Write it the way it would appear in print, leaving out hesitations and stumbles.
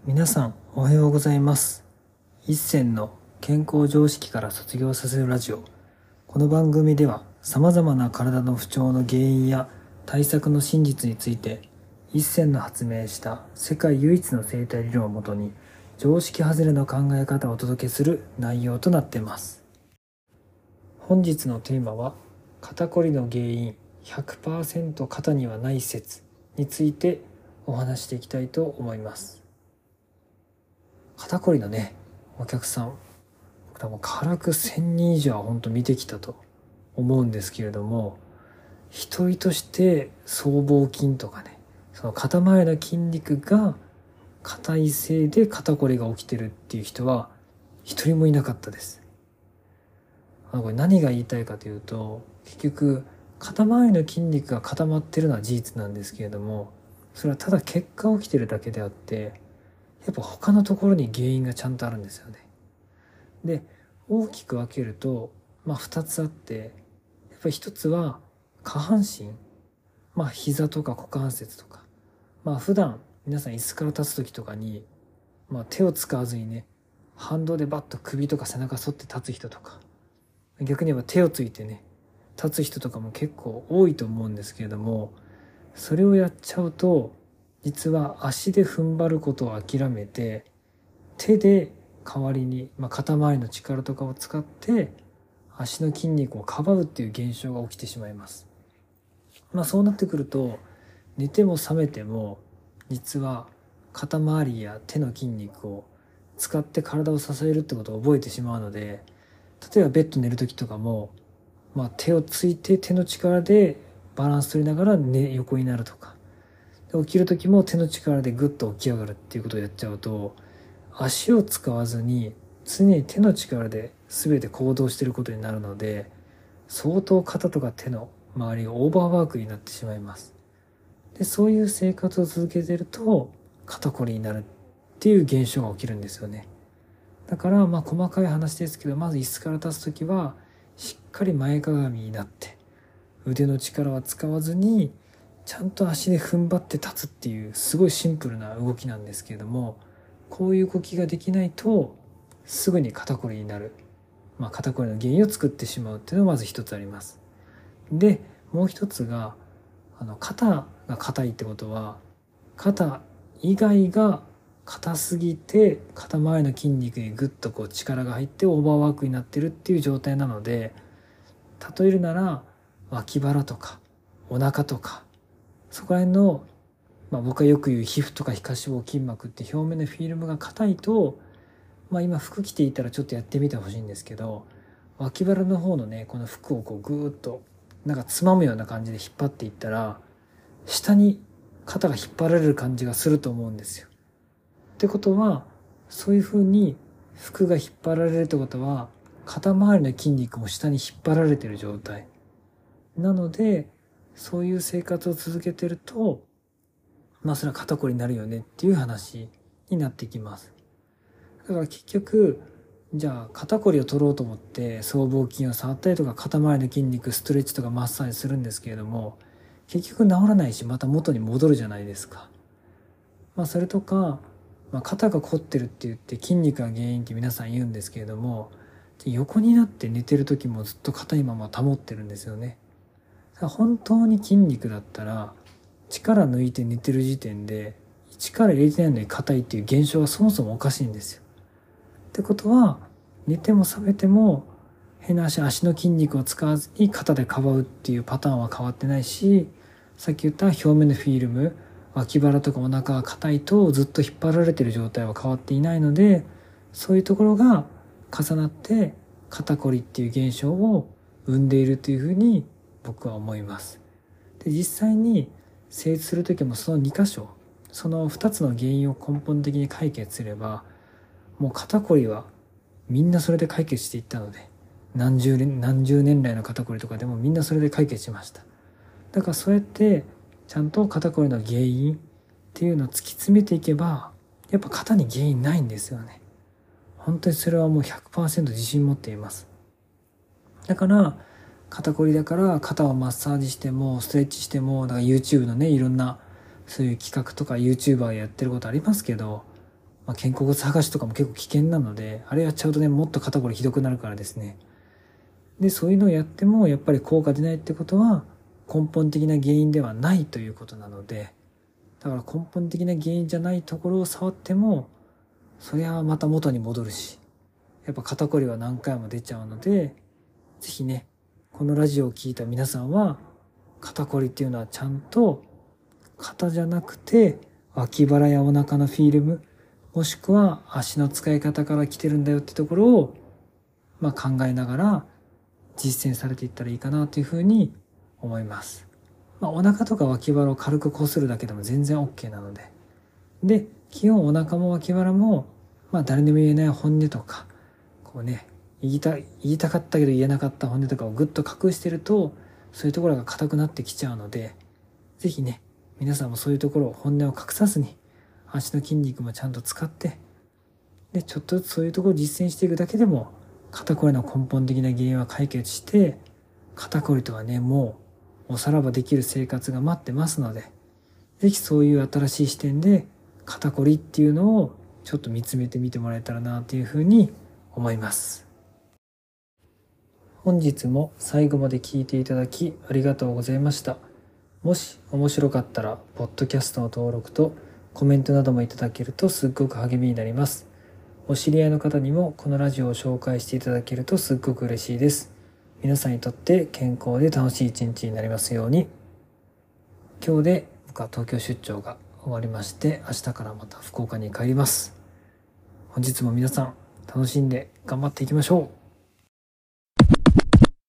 皆さんおはようございます。一銭の健康常識から卒業させるラジオ。この番組では様々な体の不調の原因や対策の真実について、一銭の発明した世界唯一の生態理論をもとに常識外れの考え方をお届けする内容となっています。本日のテーマは、肩こりの原因 100% 肩にはない説についてお話していきたいと思います。肩こりのね、お客さん、多分軽く1000人以上は本当見てきたと思うんですけれども、一人として僧帽筋とかね、その肩周りの筋肉が硬いせいで肩こりが起きてるっていう人は一人もいなかったです。これ何が言いたいかというと、結局肩周りの筋肉が固まってるのは事実なんですけれども、それはただ結果起きてるだけであって、やっぱ他のところに原因がちゃんとあるんですよね。で、大きく分けると、2つあって、やっぱり一つは下半身、膝とか股関節とか、普段皆さん椅子から立つ時とかに、手を使わずにね、反動でバッと首とか背中反って立つ人とか、逆に言えば手をついてね、立つ人とかも結構多いと思うんですけれども、それをやっちゃうと、実は足で踏ん張ることを諦めて、手で代わりに、肩周りの力とかを使って足の筋肉をかばうっていう現象が起きてしまいます。そうなってくると、寝ても覚めても実は肩周りや手の筋肉を使って体を支えるってことを覚えてしまうので、例えばベッド寝る時とかも、手をついて手の力でバランス取りながら横になるとか、起きる時も手の力でグッと起き上がるっていうことをやっちゃうと、足を使わずに常に手の力で全て行動していることになるので、相当肩とか手の周りがオーバーワークになってしまいます。で、そういう生活を続けていると肩こりになるっていう現象が起きるんですよね。だから細かい話ですけど、まず椅子から立つときはしっかり前かがみになって腕の力は使わずにちゃんと足で踏ん張って立つっていうすごいシンプルな動きなんですけれども、こういう動きができないとすぐに肩こりになる、肩こりの原因を作ってしまうっていうのがまず一つあります。で、もう一つが肩が硬いってことは、肩以外が硬すぎて肩周りの筋肉にグッと力が入ってオーバーワークになってるっていう状態なので、例えるなら脇腹とかお腹とか、そこら辺の、僕がよく言う皮膚とか皮下脂肪筋膜って表面のフィルムが硬いと、今服着ていたらちょっとやってみてほしいんですけど、脇腹の方のね、この服をグーッとつまむような感じで引っ張っていったら、下に肩が引っ張られる感じがすると思うんですよ。ってことは、そういう風に服が引っ張られるってことは、肩周りの筋肉も下に引っ張られている状態なので、そういう生活を続けてると、それは肩こりになるよねっていう話になってきます。だから結局、じゃあ肩こりを取ろうと思って僧帽筋を触ったりとか肩周りの筋肉ストレッチとかマッサージするんですけれども、結局治らないしまた元に戻るじゃないですか。それとか、肩が凝ってるって言って筋肉が原因って皆さん言うんですけれども、横になって寝てる時もずっと硬いまま保ってるんですよね。本当に筋肉だったら力抜いて寝てる時点で力入れてないのに硬いっていう現象はそもそもおかしいんですよ。ってことは、寝ても覚めても変な足の筋肉を使わずに肩でかばうっていうパターンは変わってないし、さっき言った表面のフィルム、脇腹とかお腹が硬いとずっと引っ張られている状態は変わっていないので、そういうところが重なって肩こりっていう現象を生んでいるというふうに僕は思います。で、実際に成立する時もその2箇所、その2つの原因を根本的に解決すれば、もう肩こりはみんなそれで解決していったので、何十年来の肩こりとかでもみんなそれで解決しました。だからそうやってちゃんと肩こりの原因っていうのを突き詰めていけば、やっぱ肩に原因ないんですよね。本当にそれはもう 100% 自信持っています。だから肩こりだから肩をマッサージしてもストレッチしても、だから YouTube のね、いろんなそういう企画とか YouTuber やってることありますけど、 肩甲骨剥がしとかも結構危険なので、あれやっちゃうとね、もっと肩こりひどくなるからですね。で、そういうのをやってもやっぱり効果出ないってことは根本的な原因ではないということなので、だから根本的な原因じゃないところを触っても、そりゃまた元に戻るし、やっぱ肩こりは何回も出ちゃうので、ぜひね、このラジオを聞いた皆さんは、肩こりっていうのはちゃんと肩じゃなくて脇腹やお腹のフィルム、もしくは足の使い方から来てるんだよってところを、考えながら実践されていったらいいかなというふうに思います。お腹とか脇腹を軽くこするだけでも全然 OK なので。で、基本お腹も脇腹も、誰にも言えない本音とか、こうね、言いたかったけど言えなかった本音とかをぐっと隠してると、そういうところが硬くなってきちゃうので、ぜひね、皆さんもそういうところを本音を隠さずに、足の筋肉もちゃんと使って、で、ちょっとずつそういうところを実践していくだけでも、肩こりの根本的な原因は解決して、肩こりとはね、もうおさらばできる生活が待ってますので、ぜひそういう新しい視点で肩こりっていうのをちょっと見つめてみてもらえたらなというふうに思います。本日も最後まで聞いていただきありがとうございました。もし面白かったら、ポッドキャストの登録とコメントなどもいただけるとすっごく励みになります。お知り合いの方にもこのラジオを紹介していただけるとすっごく嬉しいです。皆さんにとって健康で楽しい一日になりますように。今日で僕は東京出張が終わりまして、明日からまた福岡に帰ります。本日も皆さん楽しんで頑張っていきましょう。